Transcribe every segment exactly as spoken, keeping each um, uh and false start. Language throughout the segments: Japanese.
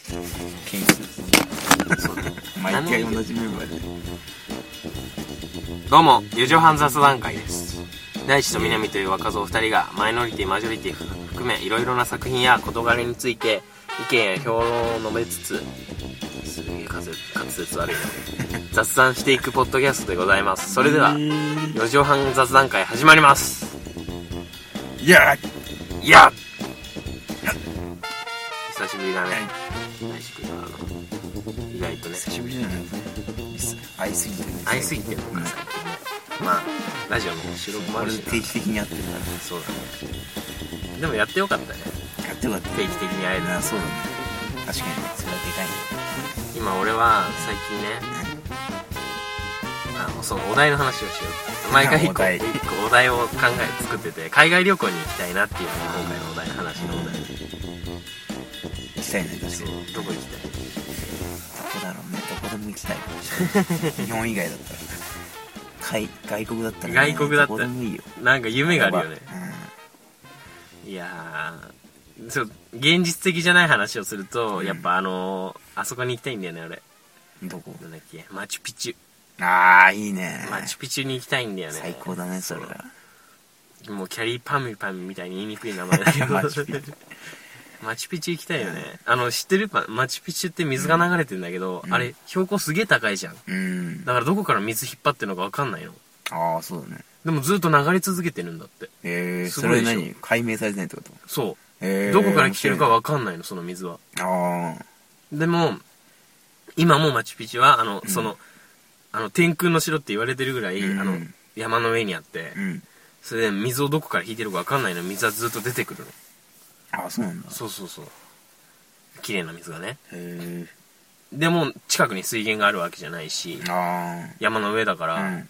研究そう毎回同じメンバーで。 どうも四畳半雑談会です。大地と南という若造ふたりがマイノリティマジョリティ含めいろいろな作品や事柄について意見や評論を述べつつ、すげえ滑舌悪いな雑談していくポッドキャストでございます。それでは四畳半雑談会始まります。 いやいや久しぶりだね。大地君は意外とね久しぶりじゃない会いすぎてる会いすぎてるのか最近ね。まあラジオの収録もあるし定期的にやってるからね。 そうだね。でもやってよかったね。 やってよかった。 定期的に会えるな。 そうだね。確かにそれはでかいね。 今俺は最近ね、あのそのお題の話をしよう。毎回一個一個お題を考え作ってて、海外旅行に行きたいなっていうのが今回のお題の話のお題。 行きたいね。確かに。 どこ行きたい？ どこだろうね。どこでも行きたい。日本以外だったら。海外国だったら、ね、 外国だったらどこでもいいよ。 なんか夢があるよね。うん、いやー、そう現実的じゃない話をすると、うん、やっぱあのー、あそこに行きたいんだよね俺。 どこ？ なんだっけ、マチュピチュ。 あーいいね。 マチュピチュに行きたいんだよね。 最高だねそれは。 もうキャリーパミュパミュみたいに言いにくい名前だけどマチュピチュマチュピチュ行きたいよね。あの知ってる？マチュピチュって水が流れてるんだけど、うん、あれ標高すげえ高いじゃん、うん、だからどこから水引っ張ってるのか分かんないの。 ああそうだね。 でもずっと流れ続けてるんだって。 へえー、それ何解明されてないってこと？ そう、 えー、 どこから来てるか分かんないのその水は。 ああでも今もマチュピチュはあの、うん、そのあの天空の城って言われてるぐらい、うん、あの山の上にあって、うん、それで水をどこから引いてるか分かんないの。水はずっと出てくるの。 ああそうなんだ。 そうそうそう、綺麗な水がね。 へえ。でも近くに水源があるわけじゃないし、あ山の上だから、うん、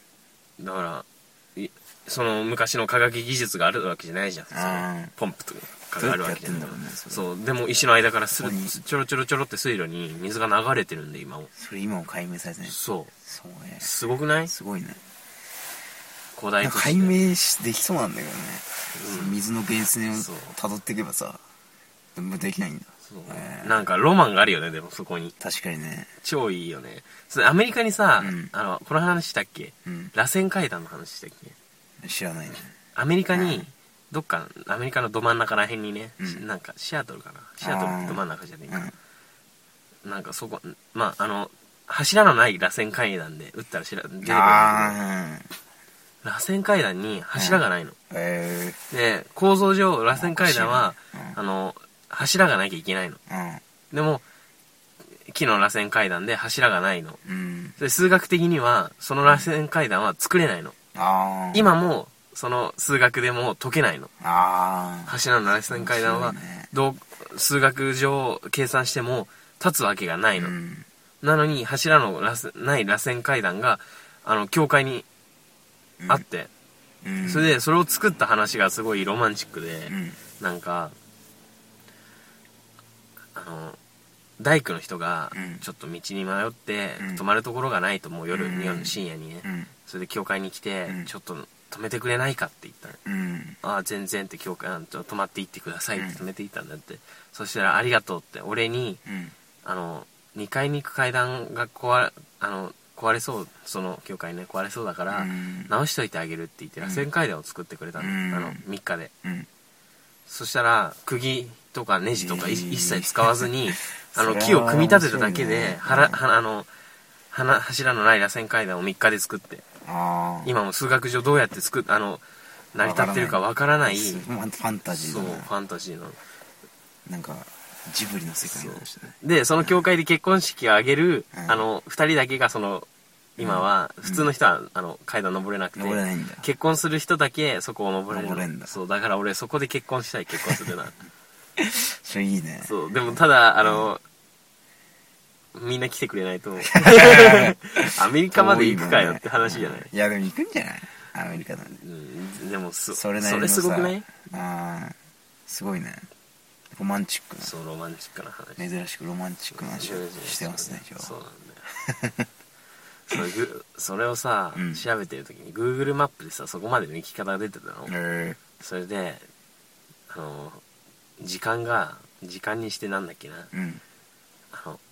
だからその昔の科学技術があるわけじゃないじゃん。そのポンプとかがあるわけじゃない。そうでも石の間からするちょろちょろちょろって水路に水が流れてるんで今も。 それ今も解明されてない。 そうそうね。 すごくない？ すごいね。 古代都市解明できそうなんだけどね、うん、水の源泉を辿っていけばさでもできないんだ。 そう、えー、なんかロマンがあるよね。でもそこに確かにね。 超いいよね。それアメリカにさ、うん、あのこの話したっけ、うん、螺旋階段の話したっけ？知らないね。 アメリカに、うん、どっかアメリカのど真ん中らへんにね、うん、なんかシアトルかな、シアトルってど真ん中じゃねえか、うん、なんかそこまああの柱のない螺旋階段で打ったらしら出てくるんだけど、螺旋階段に柱がないの、うんえー、で構造上螺旋階段は、うん、あの柱がなきゃいけないの、うん、でも木の螺旋階段で柱がないの、うん、で数学的にはその螺旋階段は作れないの、うん、今もその数学でも解けないの。あ柱の螺旋階段はどう数学上計算しても立つわけがないの、うん、なのに柱の螺旋ない螺旋階段があの教会にあって、うん、それでそれを作った話がすごいロマンチックで、うん、なんかあの大工の人がちょっと道に迷って、うん、泊まるところがないともう夜、うん、夜深夜にね、うん、それで教会に来て、うん、ちょっと泊めてくれないかって言ったら、うん、ああ全然って教会泊まって行ってくださいって泊めていったんだって、うん、そしたらありがとうって俺に、うん、あのにかいに行く階段が壊れあの壊れそうその教会ね壊れそうだから、うん、直しといてあげるって言って螺旋階段を作ってくれたの、うん、あのみっかで、うん、そしたら釘とかネジとか、えー、一切使わずにあの木を組み立てただけで、ね、はらはあの柱のない螺旋階段をみっかで作ってあ今も数学上どうやって作っあの成り立ってるかわからないファンタジーそうファンタジーのなんかジブリの世界の話ね。 でその教会で結婚式を挙げる、うん、あのふたりだけがその今は、うん、普通の人はあの階段登れなくて、登れないんだ。結婚する人だけそこを登れる。登れんだ。そうだから俺そこで結婚したい。結婚するなそれいいね。 そうでもただあの、うん、みんな来てくれないとアメリカまで行くかよって話じゃない、 ね、いやでも行くんじゃないアメリカなんで、 うん、でも そ, そ, れなりのそれすごくない？ あすごいね。ロマンチックな。 そうロマンチックな話。 珍しくロマンチックな話をしてますね今日。 そうなんだよそ, れぐそれをさ、うん、調べてる時に Google マップでさそこまでの行き方が出てたの、えー、それであの時間が時間にしてなんだっけな、うん、あ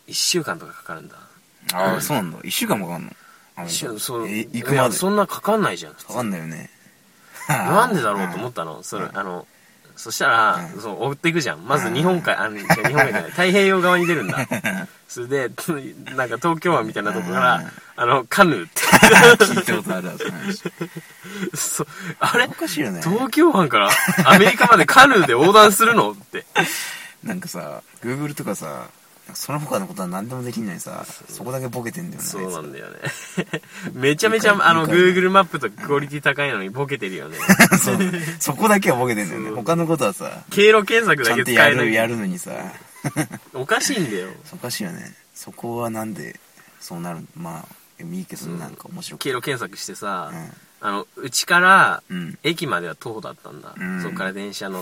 いっしゅうかんとかかかるんだ。 ああ、そうなんだ。いっしゅうかんもかかんの？ 一週そうえ、行くまでそんなかかんないじゃん。 かかんないよね。 なんでだろうと思ったの。それ、あの、そしたら、そう、追っていくじゃん。まず日本海、あの、日本海じゃない、太平洋側に出るんだ。それで、なんか東京湾みたいなとこから、あの、カヌーって。 聞いたことあるわ、その話。 そう、あれおかしいよね。 東京湾からアメリカまでカヌーで横断するのって。 なんかさ、Google とかさ、その他のことは何でもできんのにさ、そこだけボケてんだよね。 そうなんだよね。めちゃめちゃ、あの、Google マップとクオリティ高いのにボケてるよね。 そう。そこだけはボケてんだよね。他のことはさ、 経路検索だけ使えない。 ちゃんとやる、やるのにさ。 おかしいんだよ。 おかしいよね。そこはなんで、そうなる、まあ、いいけど、なんか面白く。 経路検索してさ、うん、あの、うちから、駅までは徒歩だったんだ。うん、そっから電車乗って、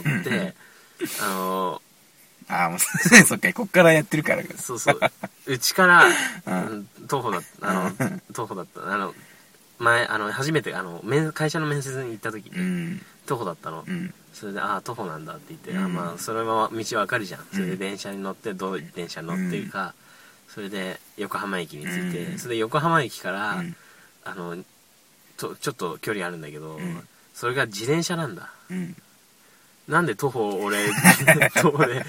あの、 ああ、もう、そっか、こっからやってるから。 そうそう。うちから、うん、徒歩だった、あの、徒歩だった。あの、前、あの、初めて、あの、会社の面接に行った時に、うん、徒歩だったの。うん、それで、ああ、徒歩なんだって言って、うん、あまあ、それは道わかるじゃん。それで電車に乗って、どういう電車に乗ってるか、うん、それで、横浜駅に着いて、うん、それで横浜駅から、うん、あの、と、ちょっと距離あるんだけど、うん、それが自転車なんだ。うんなんで徒歩俺、徒歩で、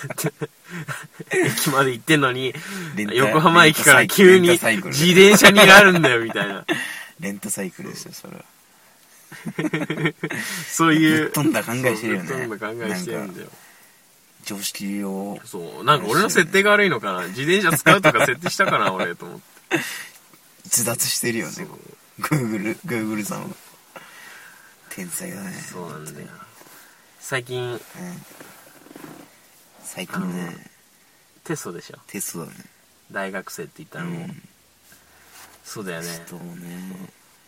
駅まで行ってんのに、横浜駅から急に自転車になるんだよ、みたいな。 レンタサイクルですよ、それは。 そういう。 ぶっ飛んだ考えしてるよね。 ぶっ飛んだ考えしてるんだよ。 常識を。 そう。なんか俺の設定が悪いのかな。自転車使うとか設定したかな、俺、と思って。 逸脱してるよね。Google、Google さんは。天才だね。 そうなんだよ。最近、うん、 最近ねテストでしょ。 テストだね。 大学生って言ったらもう、うん、そうだよね。 テストね。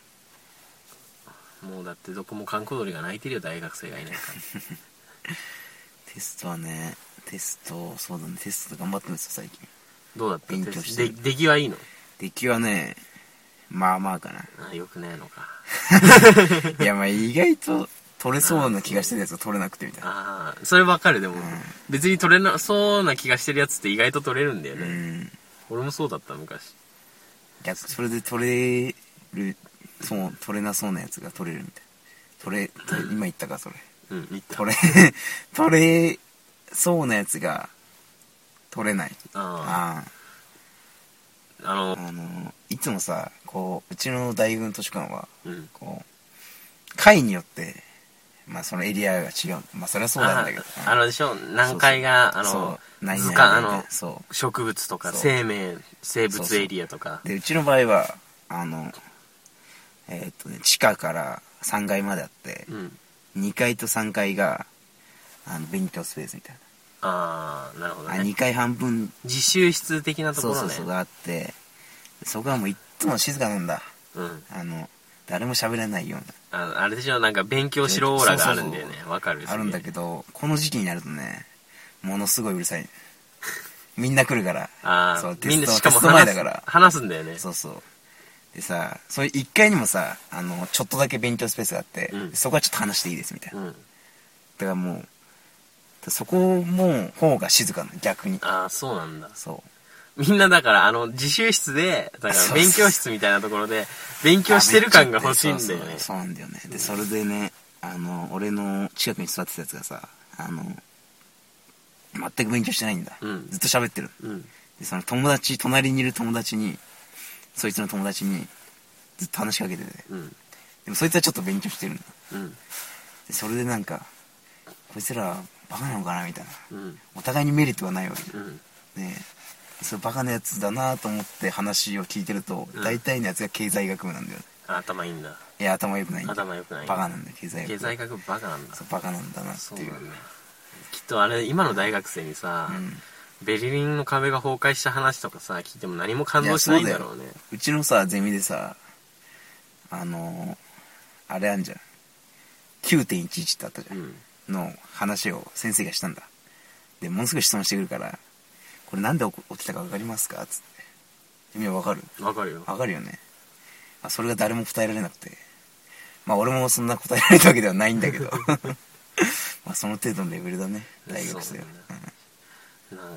もうだってどこも閑古鳥が泣いてるよ、大学生がいないからテストはね、テストそうだね、テストで頑張ってるんですよ最近。 どうだった？ 勉強してる。 で出来はいいの？ 出来はね、まあまあかな。 あ、よくないのかいやまあ意外と取れそうな気がしてるやつが取れなくてみたいな。 ああ、そればっかりでも、うん、別に取れなそうな気がしてるやつって意外と取れるんだよね。うん、俺もそうだった昔。 逆、それで取れる、そう、取れなそうなやつが取れるみたいな。取れ、取れ今言ったかそれ。 うん、言った。 取れ、取れそうなやつが取れない。 ああ。あの、 あの、いつもさ、こう、うちの大学の図書館は、 うん、 こう、階によって、まあそのエリアが違う。まあそれはそうなんだけど。 あのでしょ、何階が、あの、図鑑、あの、植物とか生命、生物エリアとか。 で、うちの場合は、あの、えー、っとね、地下からさんがいまであって、うん、にかいとさんがいが、あの、勉強スペースみたいな。 ああ、なるほどね。 にかい半分。 自習室的なところね。 そうそうそう、があって、そこはもういっつも静かなんだ。 うん。 あの、誰も喋らないような。あ, あれでしょ、なんか勉強しろオーラがあるんだよね。わかる。 あるんだけど、この時期になるとね、ものすごいうるさい。みんな来るから。 ああ、 そう、テみんなスト、 しかもテスト前だから。 話すんだよね。 そうそう。でさ、そういういっかいにもさ、あの、ちょっとだけ勉強スペースがあって、うん、そこはちょっと話していいですみたいな。うん、だからもう、そこも方が静かな、逆に。 ああ、そうなんだ。 そう。 みんなだから、あの、自習室で、だから勉強室みたいなところで、勉強してる感が欲しいんだよね。 そうそう、そうなんだよね。で、それでね、あの、俺の近くに座ってたやつがさ、あの、全く勉強してないんだ。うん、ずっと喋ってる。うん、で、その友達、隣にいる友達に、そいつの友達に、ずっと話しかけてて。うん、でもそいつはちょっと勉強してるんだ。うん、で、それでなんか、こいつらバカなのかなみたいな。うん、お互いにメリットがないわけ。うん、ねえ。それバカなやつだなと思って話を聞いてると、うん、大体のやつが経済学部なんだよね。 頭いいんだ。 いや、頭良くないんだ。 頭良くない。 バカなんだよ、経済学部。 経済学部バカなんだ。 そう、バカなんだなっていう。 そうなんだ。きっとあれ、今の大学生にさ、うん、ベルリンの壁が崩壊した話とかさ、聞いても何も感動しないんだろうね。ううちのさ、ゼミでさ、あのー、あれあんじゃん。きゅうてんいちいち ってあったじゃん。うん、の話を先生がしたんだ。で、ものすごい質問してくるから、これなんで起きたか分かりますかつって。君は分かる？ 分かるよ。 分かるよね。あ、それが誰も答えられなくて。まあ俺もそんな答えられたわけではないんだけど。まあその程度のレベルだね、大学生は。 うん、なんか、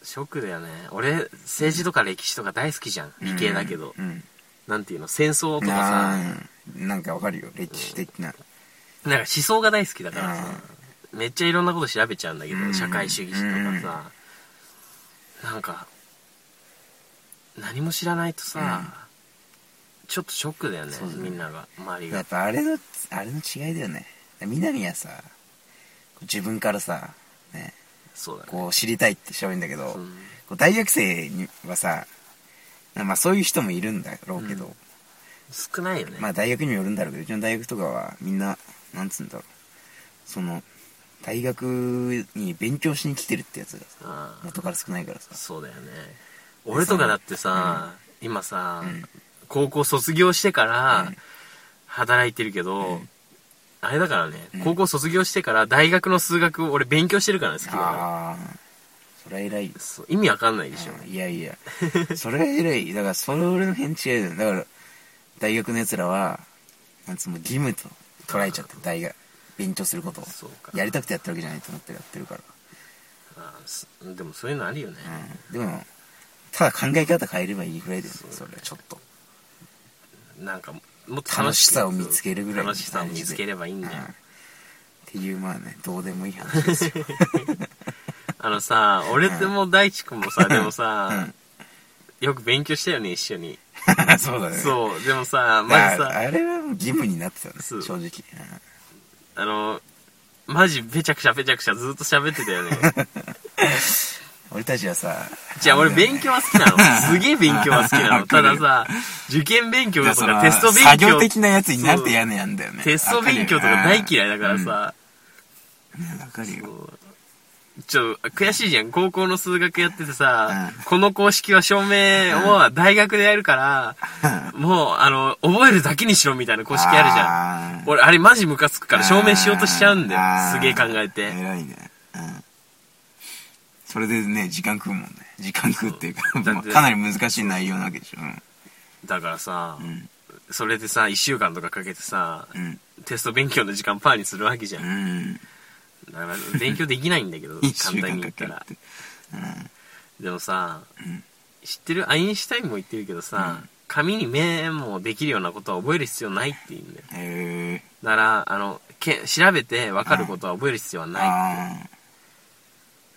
ショックだよね。俺政治とか歴史とか大好きじゃん、理系だけど、 うんうん、 なんていうの、戦争とかさ、 なんかわかるよ、歴史的な、 うん、なんか思想が大好きだからさ、めっちゃいろんなこと調べちゃうんだけど、うん、社会主義とかさ、うん、なんか何も知らないとさ、うん、ちょっとショックだよね、みんなが、周りが。 やっぱあれのあれの違いだよね。南はさ、自分からさ、ね、 そうだね、 こう知りたいって喋るんだけど、うん、こう大学生にはさ、まあそういう人もいるんだろうけど、うん、 少ないよね。 まあ大学にもよるんだろうけど、うちの大学とかはみんななんつうんだろう、その大学に勉強しに来てるってやつが元から少ないからさ。 そうだよね。俺とかだってさ、うん、今さ、うん、高校卒業してから働いてるけど、うん、あれだからね、うん、高校卒業してから大学の数学を俺勉強してるからね、好きだから。あそれは偉い。 そう意味わかんないでしょ。 いやいやそれは偉い。だからそれ俺の返事違う。だから大学のやつらはなんつうの義務と捉えちゃって大学勉強することをやりたくてやってるわけじゃないと思ってやってるから。 あでもそういうのあるよね、 うん、でもただ考え方変えればいいぐらいですよ。それちょっとなんかもっと楽しさを見つけるぐらい、 楽しさを見つければいいんだよ、うん、 っていうまあねどうでもいい話ですよあのさ俺ってもう大地君もさ、うん、でもさ、うん、よく勉強したよね一緒にそうだね。 そうでもさマジさあ, あれは義務になってたね正直、うん、 あのマジべちゃくちゃべちゃくちゃずっと喋ってたよね俺たちはさじゃあ俺勉強は好きなのすげえ勉強は好きなのたださ受験勉強とかテスト勉強作業的なやつになると嫌なんだよね。 テスト勉強とか大嫌いだからさわ、 うん、かるよ。 ちょ悔しいじゃん高校の数学やっててさ、うん、この公式は証明を大学でやるから、うん、もうあの覚えるだけにしろみたいな公式あるじゃん。俺あれマジムカつくから証明しようとしちゃうんだよすげえ考えて。 偉いね、うん、それでね時間食うもんね。時間食うっていうかかなり難しい内容なわけでしょ、うん、 だからさ、うん、それでさいっしゅうかんとかかけてさ、 うん、 テスト勉強の時間パーにするわけじゃん、 うんだから勉強できないんだけど簡単に言ったら、うん、でもさ、うん、知ってるアインシュタインも言ってるけどさ、うん、紙にメモできるようなことは覚える必要ないって言うんだよ。 へだからあのけ調べて分かることは覚える必要はないって。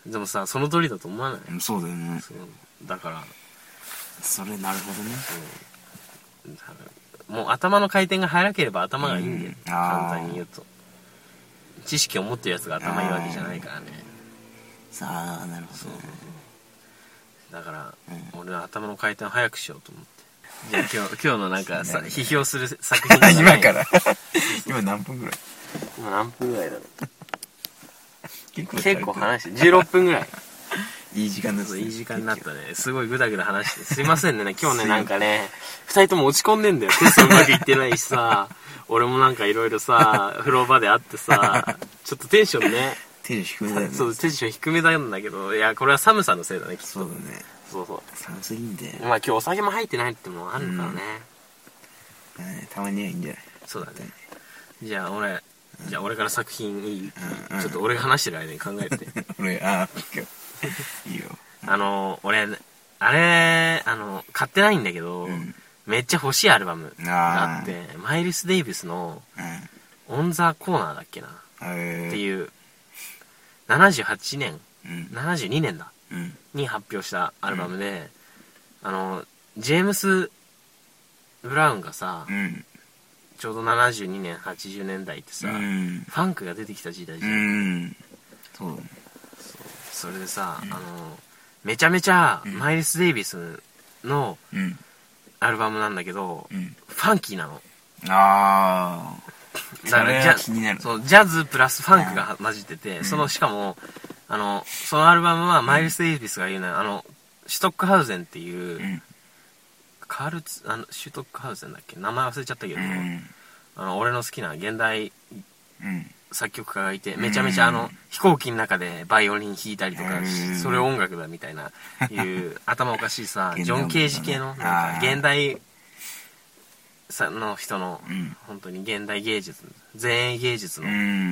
でもさその通りだと思わない？ うん、そうだよね。 そうだからそれなるほどね、 うん、もう頭の回転が速ければ頭がいいんだよ、うん、簡単に言うと知識を持ってるやつが頭いいわけじゃないからね。 さあなるほど。 だから、うん、俺は頭の回転を早くしようと思って。じゃあ今日今日のなんかさ批評する作品今から今何分ぐらい？ 今何分ぐらいだろう結構結構話してじゅうろっぷんぐらいいい時間ですね。 いい時間になったね。すごいグダグダ話してすいませんね今日ねなんかねふたりとも落ち込んでんだよ。テストうまくいってないしさ俺もなんかいろいろさ風呂場で会ってさちょっとテンションねテンション低めだよね。 そうテンション低めなんだけどいやこれは寒さのせいだねきっと。 そうだね。 そうそう寒すぎんでまあ今日お酒も入ってないってのもあるからね、 うん、たまにはいいんじゃない。 そうだね。じゃあ俺、うん、じゃあ俺から作品いい、うん、ちょっと俺が話してる間に考えて俺あいいよ。 あの俺あれあの買ってないんだけど、うん、めっちゃ欲しいアルバムがあってマイルス・デイビスの「オン・ザ・コーナー」だっけな、っていうななじゅうはちねん、うん、ななじゅうにねんだ、うん、に発表したアルバムで、うん、あのジェームス・ブラウンがさ、うん、ちょうどななじゅうにねんはちじゅうねんだいってさ、うん、ファンクが出てきた時代じゃん、うん、 そうだね。 それでさ、うん、あのめちゃめちゃマイルス・デイビスのアルバムなんだけど、うん、ファンキーなの。 ああだからジャ, そうジャズプラスファンクが混じってて、うん、そのしかもあのそのアルバムはマイルス・デイビスが言うのはあのシュトックハウゼンっていう、うん、カールツあのシュトックハウゼンだっけ名前忘れちゃったけど、うん、あの俺の好きな現代作曲家がいて、うん、めちゃめちゃあの飛行機の中でバイオリン弾いたりとか、うん、それ音楽だみたいないう頭おかしいさジョン・ケージ系のなんか現代さの人の、うん、本当に現代芸術前衛芸術の、うん、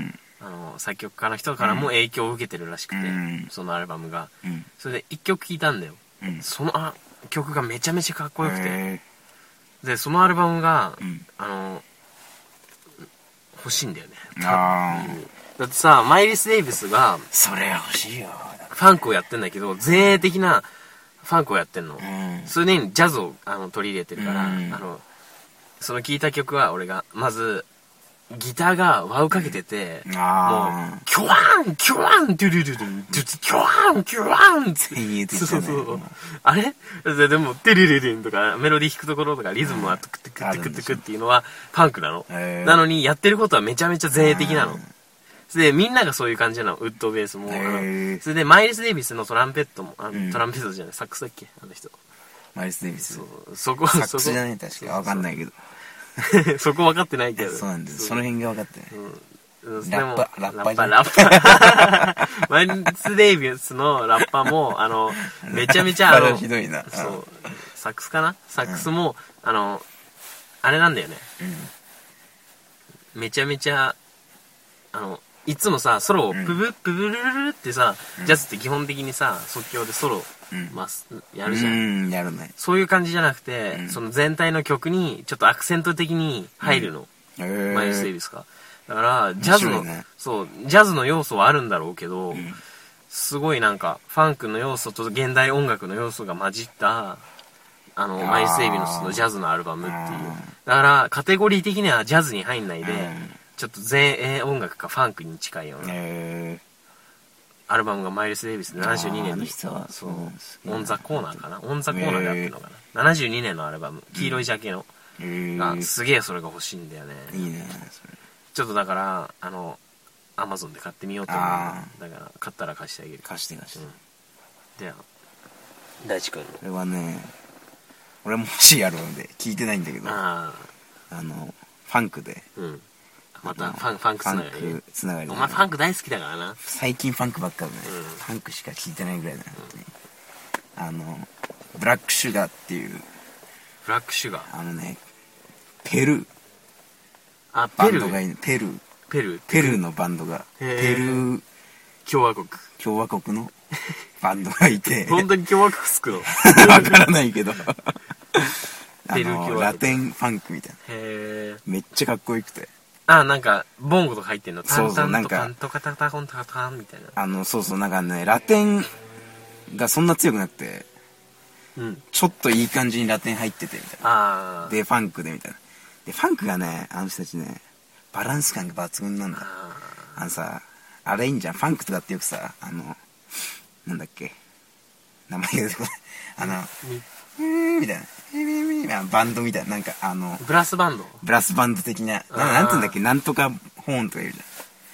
あの作曲家の人からも影響を受けてるらしくて、うん、そのアルバムが、うん、それでいっきょく聴いたんだよ、うん、そのあ曲がめちゃめちゃかっこよくて、でそのアルバムが、うん、あの欲しいんだよね。あ、うん、だってさマイリス・デイビスがそれ欲しいよ、 ファンクをやってんだけど前衛的なファンクをやってんの、うん、それにジャズをあの取り入れてるから、うん、あのその聴いた曲は俺がまずギターが輪をかけてて、うん、もうキュワンキュワンドゥルルルンドゥキュワンキュワンってそうそうそうあれでもデルルルンとかメロディー弾くところとかリズムはトゥクトゥクトゥクトゥクっていうのはファンクなの、なのにやってることはめちゃめちゃ前衛的なの。でみんながそういう感じなの、ウッドベースも、あのそれでマイリス・デイビスのトランペットもあの、うん、トランペットじゃないサックスだっけあの人、 マイリス・デイビス、 そうそこサックスじゃない確か分かんないけどそこ分かってないけどそうなんです、その辺が分かってない、うん、ラッパラッパラッパマイリス・デイビスのラッパもあのめちゃめちゃあのひどいな、 そうサックスかなサックスも、うん、あのあれなんだよね、うん、めちゃめちゃあのいつもさソロをプブップブルルルってさ、うん、ジャズって基本的にさ即興でソロ、うんまあ、やるじゃん、 うんやるね、 そういう感じじゃなくて、うん、その全体の曲にちょっとアクセント的に入るの、うん、マイリス・デイビスかだからジャズの、ね、そうジャズの要素はあるんだろうけど、うん、すごいなんかファンクの要素と現代音楽の要素が混じったあのマイリス・デイビスのジャズのアルバムっていう、だからカテゴリー的にはジャズに入んないで、うんちょっと前衛音楽かファンクに近いようなアルバムがマイリス・デイビスななじゅうにねんにそうオン・ザ・コーナーかなオン・ザ・コーナーであってるのかなななじゅうにねんのアルバム黄色いジャケのがすげえそれが欲しいんだよね。 いいねそれちょっとだからあのアマゾンで買ってみようと思う。だから買ったら貸してあげる。 貸して貸して、うん、 では大地君これはね俺も欲しいアルバムで聞いてないんだけどああのファンクで、うんまたファン、ファンクつながり、ね、ファンクつながり、ね、お前ファンク大好きだからな。 最近ファンクばっかりね、うん、ファンクしか聞いてないぐらいだな、うん、あのブラックシュガーっていうブラックシュガーあのねペルーあペルーバンドがいるペルーペルーペルーのバンドがペルー共和国共和国のバンドがいて本当に共和国つくのわからないけどあのラテンファンクみたいなへめっちゃかっこよくてあ、なんか、ボンゴとか入ってんのタンタンとパンとカタタコンタカタンみたいな。 あの、そうそう、なんかね、ラテンがそんな強くなくて、うん、ちょっといい感じにラテン入ってて、みたいな。で、ファンクで、みたいな。で、ファンクがね、あの人たちね、バランス感が抜群なんだ。あ, あのさ、あれいいんじゃん。ファンクとかってよくさ、あの、なんだっけ。名前が出てこない。あの、うーんみたいなバンドみたいななんかあのブラスバンドブラスバンド的なななんて言うんだっけなんとかホーンとかいるじ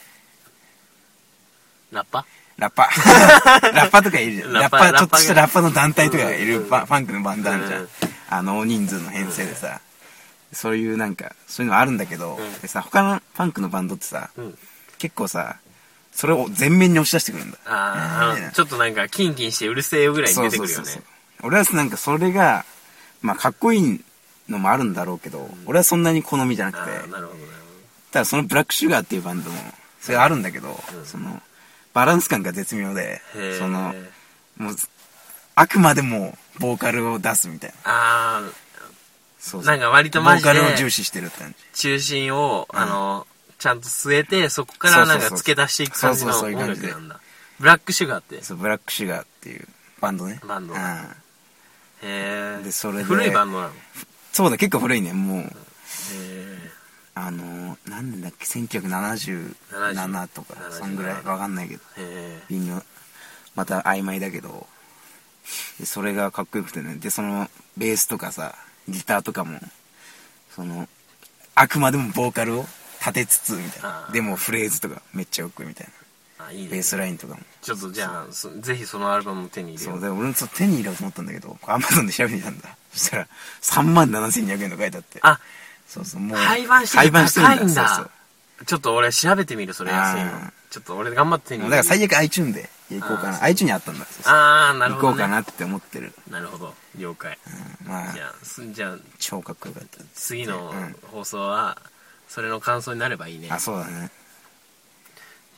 ゃんラッパラッパラッパとかいるじゃんラッパちょっとしたラッパの団体とかいるファンクのバンドあるじゃんあの大人数の編成でさそういうなんかそういうのあるんだけどでさ他のファンクのバンドってさ結構さそれを全面に押し出してくるんだああちょっとなんかキンキンしてうるせえよぐらいに出てくるよね俺はなんかそれがまあかっこいいのもあるんだろうけど、うん、俺はそんなに好みじゃなくてなるほどなるほどただそのブラックシュガーっていうバンドもそれあるんだけど、うん、そのバランス感が絶妙でそのもうあくまでもボーカルを出すみたいなああそうそうなんか割とマジでボーカルを重視してるって感じ中心を、うん、あのちゃんと据えてそこからなんか付け出していく感じの音楽なんだブラックシュガーってそうブラックシュガーっていうバンドねバンド、うん、へえでそれで古いバンドなのそうだ結構古いねもうへえあの何年だっけせんきゅうひゃくななじゅうななとかそんぐらいわかんないけど微妙また曖昧だけどでそれがかっこよくてねでそのベースとかさギターとかもそのあくまでもボーカルを立てつつみたいなでもフレーズとかめっちゃよくみたいなあいいね、ベースラインとかもちょっとじゃあぜひそのアルバムを手に入れようそうで俺もそう手に入れようと思ったんだけどアマゾンで調べてみたんだそしたらさんまんななせんにひゃくえんと書いてあってあそうそうもう廃盤してる高いんだそうそうちょっと俺調べてみるそれ安いのちょっと俺頑張って手に入れるだから最悪 iTunes で行こうかな iTunes にあったんだああなるほど、ね、 行こうかなって思ってるなるほど了解、うん、まあじゃあじゃあ超かっこよかった次の放送はそれの感想になればいいね、 うん、あそうだね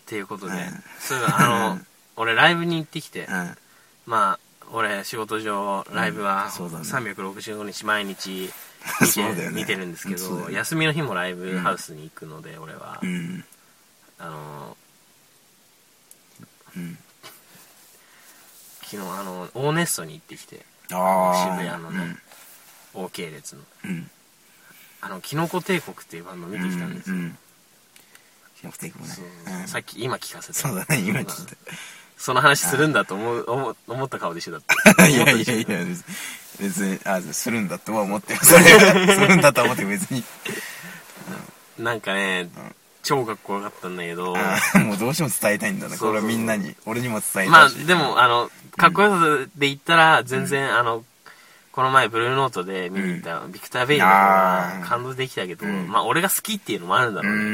っていうことで、うん、そういうあの俺ライブに行ってきて、うん、まあ俺仕事上ライブはさんびゃくろくじゅうごにち毎日見て、ね、見てるんですけど、ね、休みの日もライブハウスに行くので、うん、俺は、うん、あの、うん、昨日あのオーネストに行ってきて、渋谷のね、うん、OK 列の、うん、あのキノコ帝国っていうバンドを見てきたんですよ、うんうん、 キノコ帝国ね、 うん、さっき今聞かせて、 そうだね、今聞いた、 その話するんだと思う思思った顔でしょだっていやいやいや別にあするんだとは思ってるそれするんだと思って別になんかね、うん、超かっこよかったんだけど、 もうどうしても伝えたいんだな、これはみんなに俺にも伝えたいし、 まあでもあのかっこよさで言ったら全然、うん、あのこの前ブルーノートで見に行った、うん、ビクター・ベイの方は感動できたけど、うん、まあ俺が好きっていうのもあるんだろうね、うん、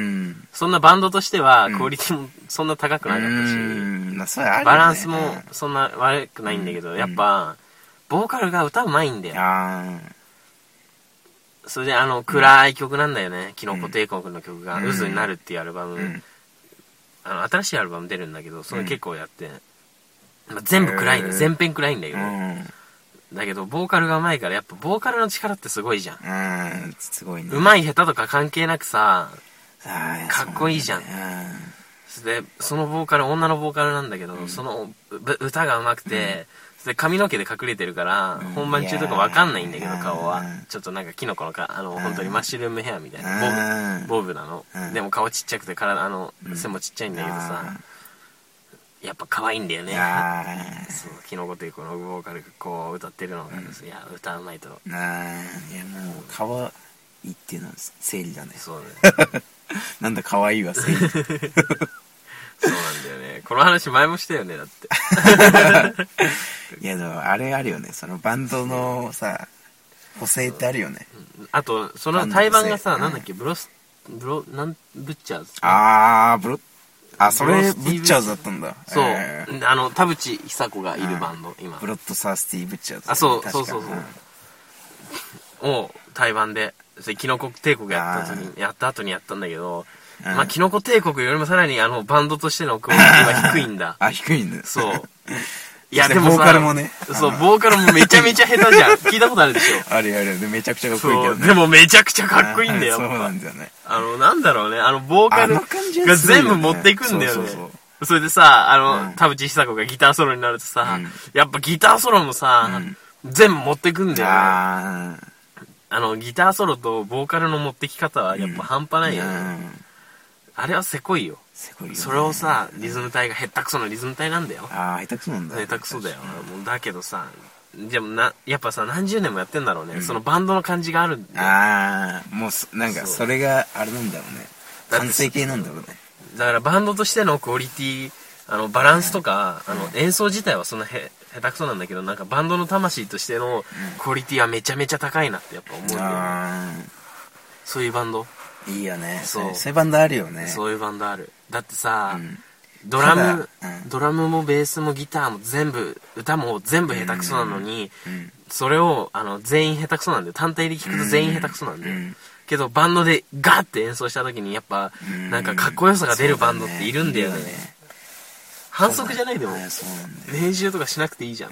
そんなバンドとしてはクオリティもそんな高くなかったし、うんまあそれあるよね、バランスもそんな悪くないんだけど、うん、やっぱボーカルが歌うまいんだよ、それであの暗い曲なんだよね、キノコ帝国の曲が、うん、渦になるっていうアルバム、うん、あの新しいアルバム出るんだけどそれ結構やって、まあ、全部暗いんだよ、全編暗いんだけど、うんだけどボーカルが上手いからやっぱボーカルの力ってすごいじゃん。うん、すごいね。上手い下手とか関係なくさ、かっこいいじゃん。で、そのボーカル、女のボーカルなんだけど、うん、その歌が上手くて、うん、で髪の毛で隠れてるから、うん、本番中とかわかんないんだけど顔は。ちょっとなんかキノコのか、あの、本当にマッシュルームヘアみたいな、ボブ、ボブなの。でも顔ちっちゃくて体、あの、背もちっちゃいんだけどさ、やっぱ可愛いんだよね。そうキノコ帝国のボーカルがこう歌ってるのが、うん、いや歌うまいと。 あいやもう可愛いっていうのは生理だね。 そうね。 なんだ可愛いは生理。そうなんだよね。この話前もしたよねだって。 いやでもあれあるよね。そのバンドのさ補正ってあるよね。 あとその対バンがさ、うん、なんだっけブロスブロなんブッチャーズ。 ああブロあ、それ、ブッチャーズだったんだ。 そう。えー、あの、田淵久子がいるバンド、今。 ブロッドサースティー・ブッチャーズ、ね。 あ、そう、そうそうそう。を、対バンで、キノコ帝国やった後に、やった後にやったんだけど、まあ、キノコ帝国よりもさらに、あの、バンドとしてのクオリティは低いんだ。 あ、低いんだ。 そう。 いや、でもさ、ボーカルもね。 そう、ボーカルもめちゃめちゃ下手じゃん。聞いたことあるでしょ。 あるある。で、めちゃくちゃかっこいいけどね。 でもめちゃくちゃかっこいいんだよ。 そうなんだよね。 あの、なんだろうね。あの、ボーカルが全部持っていくんだよね。そうそうそう。それでさ、あの、うん、田淵久子がギターソロになるとさ、うん、やっぱギターソロもさ、うん、全部持ってくんだよね。あ, あの、ギターソロとボーカルの持ってき方はやっぱ半端ないよね。うん、あれはせこいよ。せこいよ、ね。それをさ、リズム隊が下手くそなリズム隊なんだよ。 ああ、下手くそなんだ。 下手くそだよ。もうだけどさ、でもな、やっぱさ、何十年もやってんだろうね。うん、そのバンドの感じがあるんだよ。 ああ、もう、なんか、それがあれなんだろうね。完成形なんだろうね。 だからバンドとしてのクオリティ、あのバランスとか、うん、あの演奏自体はそんなへ下手くそなんだけど、なんかバンドの魂としてのクオリティはめちゃめちゃ高いなってやっぱ思うんだよね、うん、そういうバンドいいよね。そうそういうバンドあるよね。 そういうバンドある。だってさ、うん、ドラム、うん、ドラムもベースもギターも全部歌も全部下手くそなのに、うん、それをあの全員下手くそなんだよ。単体で聴くと全員下手くそなんだよ、うん、けどバンドでガーって演奏した時にやっぱなんかかっこよさが出るバンドっているんだよね。反則じゃないでも練習とかしなくていいじゃん。い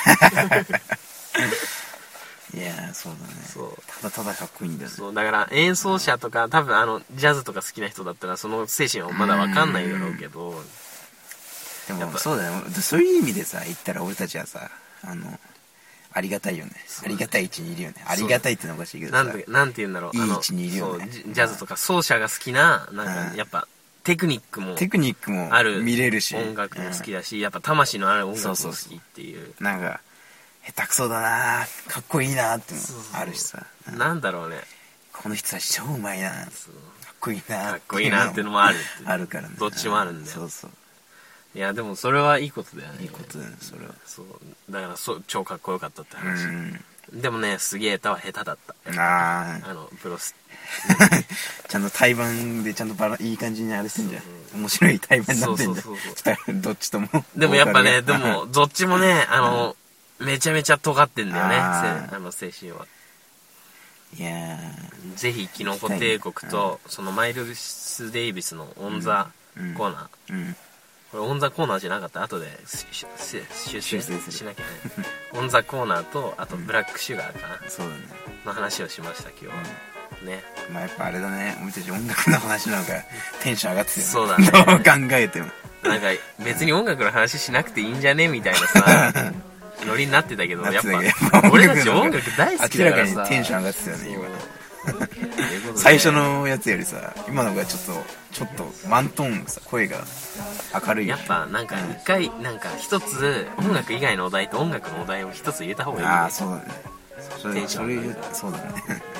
やそうだね。そうただただかっこいいんだよね。 そうだから演奏者とか多分あのジャズとか好きな人だったらその精神はまだ分かんないだろうけど、 でもそうだよ。そういう意味でさ言ったら俺たちはさあのありがたいよね。ありがたい位置にいるよね。ありがたいってのおかしいけどさ、 なんてなんて言うんだろう、 いい位置にいるよね。 ジャズとか奏者が好きななんかやっぱテクニックもテクニックもある見れるし、 音楽も好きだし、やっぱ魂のある音楽も好きっていう、 なんか下手くそだなかっこいいなってのあるしさ、 なんだろうね、 この人たち超うまいなかっこいいなかっこいいなっていうのもあるあるからね。 どっちもあるんだよ。 そうそう。 いやでもそれはいいことだよね。 いいことだよねそれは。 そうだからそ超かっこよかったって話。でもねすげえ歌は下手だった。 ああのプロスちゃんと対バンでちゃんとバラいい感じにあれしてんじゃん。面白い対バンになってんじゃん。どっちとも。 でもやっぱねでもどっちもねあのめちゃめちゃ尖ってんだよね、あの精神は。 いやぜひキノコ帝国とそのマイルス・デイビスのオン・ザ・コーナー、うん、これオンザコーナーじゃなかったら後で修正しなきゃねオンザコーナーとあとブラックシュガーかな、 うん、そうだねの話をしました今日は、うん、ね。 まあやっぱあれだね、俺たち音楽の話なんかテンション上がってたよね。 そうだねどう考えてもなんか別に音楽の話しなくていいんじゃねみたいなさノリになってたけど、やっぱ俺たち音楽大好きだからさ、 明らかにテンション上がってたよね今最初のやつよりさ、今のがちょっとちょっとワントーンさ、声が明るい、 ね、やっぱなんか一回なんか一つ音楽以外のお題と音楽のお題を一つ入れた方がいい、ね、 ああそうだね、それテンションそれそうだね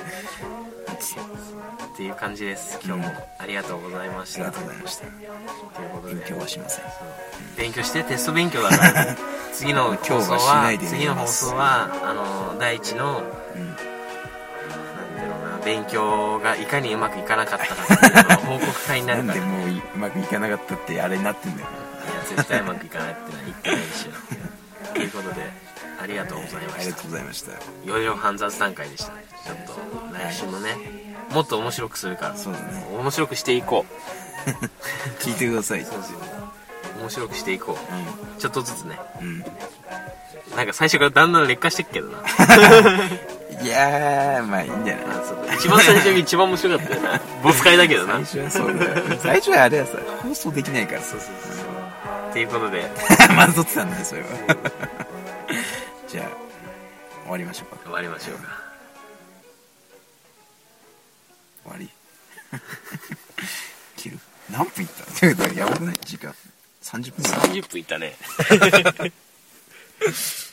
っていう感じです。今日もありがとうございました、 うん、ありがとうございました。ということで勉強はしません。 勉強してテスト勉強だから次の放送は次の放送はあの第一の、うん、なんだろうな、勉強がいかにうまくいかなかったかっていうの報告会になるから、ね、 なんでもううまくいかなかったってあれになってんだよ。 いや絶対うまくいかないってのは言ってないでしょということでありがとうございました。 ありがとうございました。 いろいろ煩雑段階でした。ちょっと来週もね、はい、もっと面白くするから。 そうだね、 面白くしていこう聞いてください。 そうそう面白くしていこう、うん、ちょっとずつね、 うん、 なんか最初からだんだん劣化してっけどないやーまあいいんじゃない。 一番最初に一番面白かったよなボス会だけどな。 最初はそうだよ最初はあれはさ放送できないから。 そうそうそうそうっていうことでまず撮ってたんだねそれはじゃあ終わりましょうか。 終わりましょうか。 終わり切る。何分いったやばくない時間。さんじゅっぷん。 さんじゅっぷんいったね